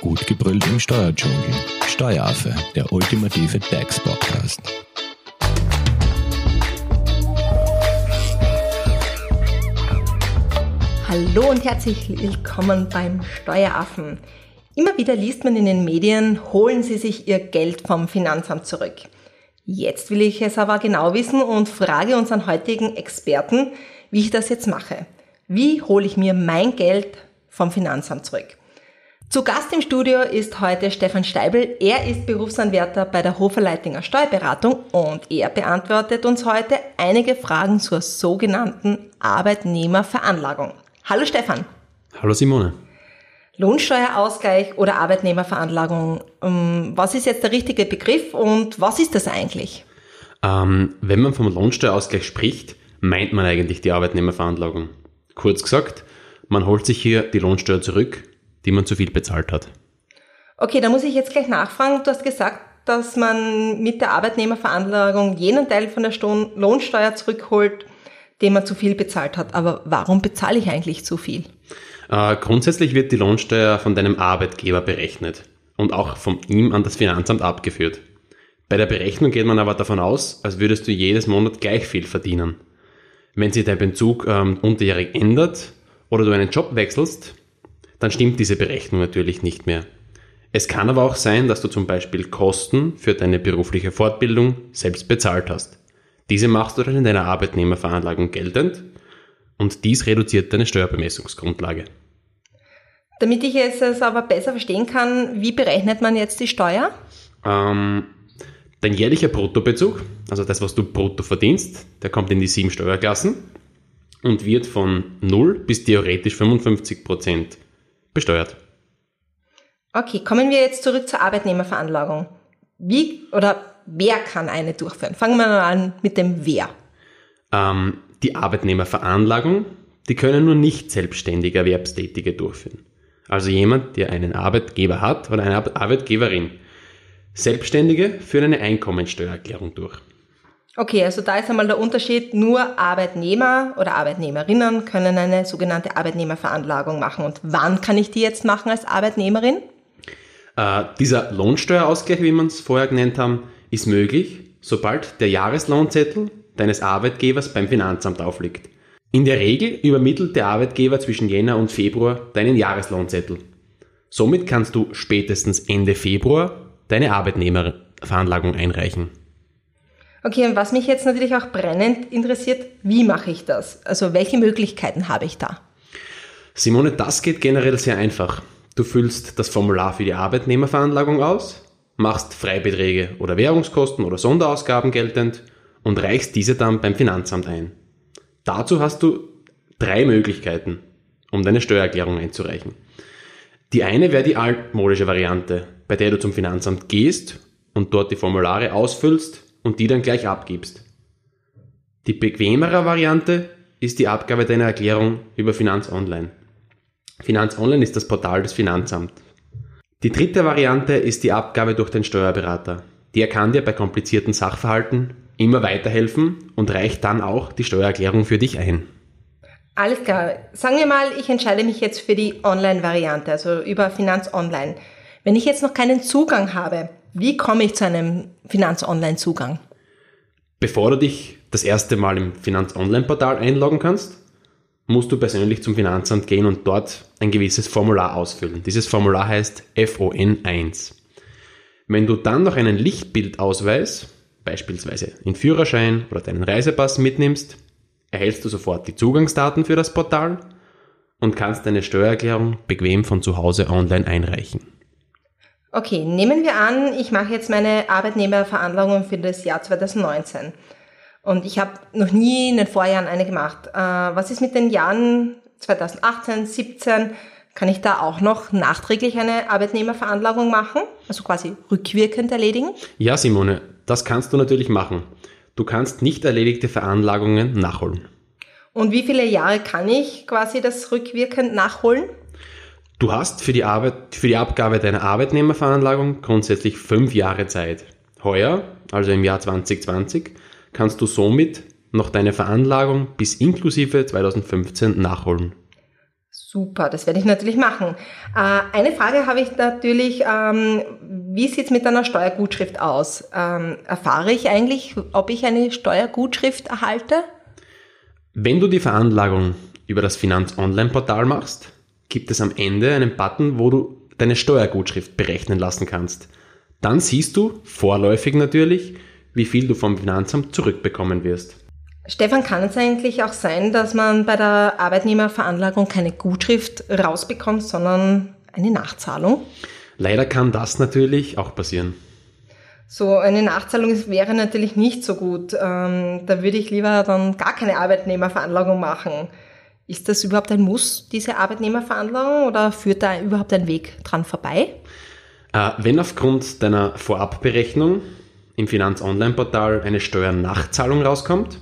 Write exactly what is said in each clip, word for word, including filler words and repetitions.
Gut gebrüllt im Steuerdschungel. Steueraffe, der ultimative Tax-Podcast. Hallo und herzlich willkommen beim Steueraffen. Immer wieder liest man in den Medien, holen Sie sich Ihr Geld vom Finanzamt zurück. Jetzt will ich es aber genau wissen und frage unseren heutigen Experten, wie ich das jetzt mache. Wie hole ich mir mein Geld vom Finanzamt zurück? Zu Gast im Studio ist heute Stefan Steibl. Er ist Berufsanwärter bei der Hofer-Leitinger Steuerberatung und er beantwortet uns heute einige Fragen zur sogenannten Arbeitnehmerveranlagung. Hallo Stefan. Hallo Simone. Lohnsteuerausgleich oder Arbeitnehmerveranlagung. Was ist jetzt der richtige Begriff und was ist das eigentlich? Ähm, wenn man vom Lohnsteuerausgleich spricht, meint man eigentlich die Arbeitnehmerveranlagung. Kurz gesagt, man holt sich hier die Lohnsteuer zurück, die man zu viel bezahlt hat. Okay, da muss ich jetzt gleich nachfragen. Du hast gesagt, dass man mit der Arbeitnehmerveranlagung jenen Teil von der Sto- Lohnsteuer zurückholt, den man zu viel bezahlt hat. Aber warum bezahle ich eigentlich zu viel? Äh, grundsätzlich wird die Lohnsteuer von deinem Arbeitgeber berechnet und auch von ihm an das Finanzamt abgeführt. Bei der Berechnung geht man aber davon aus, als würdest du jedes Monat gleich viel verdienen. Wenn sich dein Bezug ähm, unterjährig ändert oder du einen Job wechselst, dann stimmt diese Berechnung natürlich nicht mehr. Es kann aber auch sein, dass du zum Beispiel Kosten für deine berufliche Fortbildung selbst bezahlt hast. Diese machst du dann in deiner Arbeitnehmerveranlagung geltend und dies reduziert deine Steuerbemessungsgrundlage. Damit ich es aber besser verstehen kann, wie berechnet man jetzt die Steuer? Ähm, dein jährlicher Bruttobezug, also das, was du brutto verdienst, der kommt in die sieben Steuerklassen und wird von null bis theoretisch fünfundfünfzig Prozent besteuert. Okay, kommen wir jetzt zurück zur Arbeitnehmerveranlagung. Wie oder wer kann eine durchführen? Fangen wir mal an mit dem Wer. Ähm, die Arbeitnehmerveranlagung, die können nur nicht selbstständige Erwerbstätige durchführen. Also jemand, der einen Arbeitgeber hat oder eine Arbeitgeberin. Selbstständige führen eine Einkommensteuererklärung durch. Okay, also da ist einmal der Unterschied, nur Arbeitnehmer oder Arbeitnehmerinnen können eine sogenannte Arbeitnehmerveranlagung machen. Und wann kann ich die jetzt machen als Arbeitnehmerin? Äh, dieser Lohnsteuerausgleich, wie wir es vorher genannt haben, ist möglich, sobald der Jahreslohnzettel deines Arbeitgebers beim Finanzamt aufliegt. In der Regel übermittelt der Arbeitgeber zwischen Jänner und Februar deinen Jahreslohnzettel. Somit kannst du spätestens Ende Februar deine Arbeitnehmerveranlagung einreichen. Okay, und was mich jetzt natürlich auch brennend interessiert, wie mache ich das? Also welche Möglichkeiten habe ich da? Simone, das geht generell sehr einfach. Du füllst das Formular für die Arbeitnehmerveranlagung aus, machst Freibeträge oder Währungskosten oder Sonderausgaben geltend und reichst diese dann beim Finanzamt ein. Dazu hast du drei Möglichkeiten, um deine Steuererklärung einzureichen. Die eine wäre die altmodische Variante, bei der du zum Finanzamt gehst und dort die Formulare ausfüllst und die dann gleich abgibst. Die bequemere Variante ist die Abgabe deiner Erklärung über Finanz Online. Finanz Online ist das Portal des Finanzamts. Die dritte Variante ist die Abgabe durch den Steuerberater. Der kann dir bei komplizierten Sachverhalten immer weiterhelfen und reicht dann auch die Steuererklärung für dich ein. Alles klar. Sagen wir mal, ich entscheide mich jetzt für die Online-Variante, also über Finanz Online. Wenn ich jetzt noch keinen Zugang habe, wie komme ich zu einem Finanz-Online-Zugang? Bevor du dich das erste Mal im Finanz-Online-Portal einloggen kannst, musst du persönlich zum Finanzamt gehen und dort ein gewisses Formular ausfüllen. Dieses Formular heißt F O N eins. Wenn du dann noch einen Lichtbildausweis, beispielsweise den Führerschein oder deinen Reisepass mitnimmst, erhältst du sofort die Zugangsdaten für das Portal und kannst deine Steuererklärung bequem von zu Hause online einreichen. Okay, nehmen wir an, ich mache jetzt meine Arbeitnehmerveranlagung für das Jahr zwanzig neunzehn und ich habe noch nie in den Vorjahren eine gemacht. Äh, was ist mit den Jahren zwanzig achtzehn, siebzehn? Kann ich da auch noch nachträglich eine Arbeitnehmerveranlagung machen, also quasi rückwirkend erledigen? Ja, Simone, das kannst du natürlich machen. Du kannst nicht erledigte Veranlagungen nachholen. Und wie viele Jahre kann ich quasi das rückwirkend nachholen? Du hast für die Arbeit, für die Abgabe deiner Arbeitnehmerveranlagung grundsätzlich fünf Jahre Zeit. Heuer, also im Jahr zwanzig zwanzig, kannst du somit noch deine Veranlagung bis inklusive zwanzig fünfzehn nachholen. Super, das werde ich natürlich machen. Äh, eine Frage habe ich natürlich, ähm, wie sieht es mit einer Steuergutschrift aus? Ähm, erfahre ich eigentlich, ob ich eine Steuergutschrift erhalte? Wenn du die Veranlagung über das Finanz-Online-Portal machst, gibt es am Ende einen Button, wo du deine Steuergutschrift berechnen lassen kannst. Dann siehst du, vorläufig natürlich, wie viel du vom Finanzamt zurückbekommen wirst. Stefan, kann es eigentlich auch sein, dass man bei der Arbeitnehmerveranlagung keine Gutschrift rausbekommt, sondern eine Nachzahlung? Leider kann das natürlich auch passieren. So eine Nachzahlung wäre natürlich nicht so gut. Ähm, da würde ich lieber dann gar keine Arbeitnehmerveranlagung machen. Ist das überhaupt ein Muss, diese Arbeitnehmerveranlagung, oder führt da überhaupt ein Weg dran vorbei? Äh, wenn aufgrund deiner Vorabberechnung im Finanz-Online-Portal eine Steuernachzahlung rauskommt,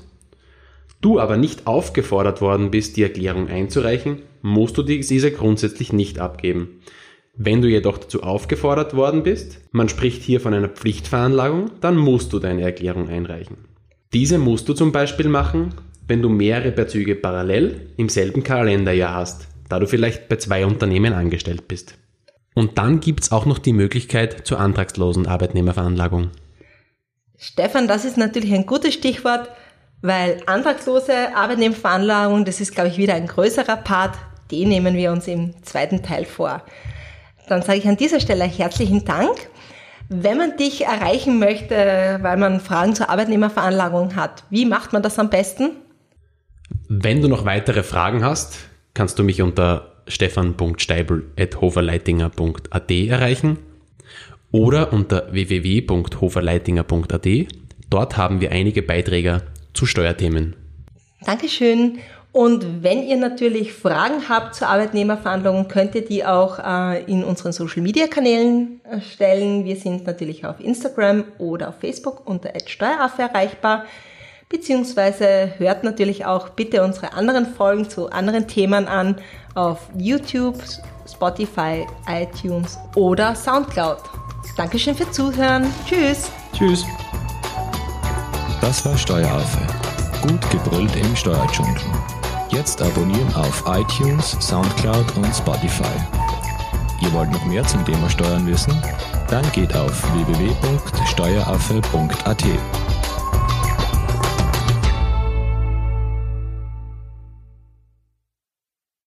du aber nicht aufgefordert worden bist, die Erklärung einzureichen, musst du diese grundsätzlich nicht abgeben. Wenn du jedoch dazu aufgefordert worden bist, man spricht hier von einer Pflichtveranlagung, dann musst du deine Erklärung einreichen. Diese musst du zum Beispiel machen, wenn du mehrere Bezüge parallel im selben Kalenderjahr hast, da du vielleicht bei zwei Unternehmen angestellt bist. Und dann gibt's auch noch die Möglichkeit zur antragslosen Arbeitnehmerveranlagung. Stefan, das ist natürlich ein gutes Stichwort, weil antragslose Arbeitnehmerveranlagung, das ist, glaube ich, wieder ein größerer Part, den nehmen wir uns im zweiten Teil vor. Dann sage ich an dieser Stelle herzlichen Dank. Wenn man dich erreichen möchte, weil man Fragen zur Arbeitnehmerveranlagung hat, wie macht man das am besten? Wenn du noch weitere Fragen hast, kannst du mich unter stefan punkt steibl at hoferleitinger punkt a t erreichen oder unter w w w punkt hoferleitinger punkt a t. Dort haben wir einige Beiträge zu Steuerthemen. Dankeschön. Und wenn ihr natürlich Fragen habt zur Arbeitnehmerverhandlung, könnt ihr die auch äh, in unseren Social-Media-Kanälen äh, stellen. Wir sind natürlich auf Instagram oder auf Facebook unter at steueraffe erreichbar. Beziehungsweise hört natürlich auch bitte unsere anderen Folgen zu anderen Themen an auf YouTube, Spotify, iTunes oder Soundcloud. Dankeschön fürs Zuhören. Tschüss. Tschüss. Das war Steueraffe. Gut gebrüllt im Steuerdschungel. Jetzt abonnieren auf iTunes, Soundcloud und Spotify. Ihr wollt noch mehr zum Thema Steuern wissen? Dann geht auf w w w punkt steueraffe punkt a t.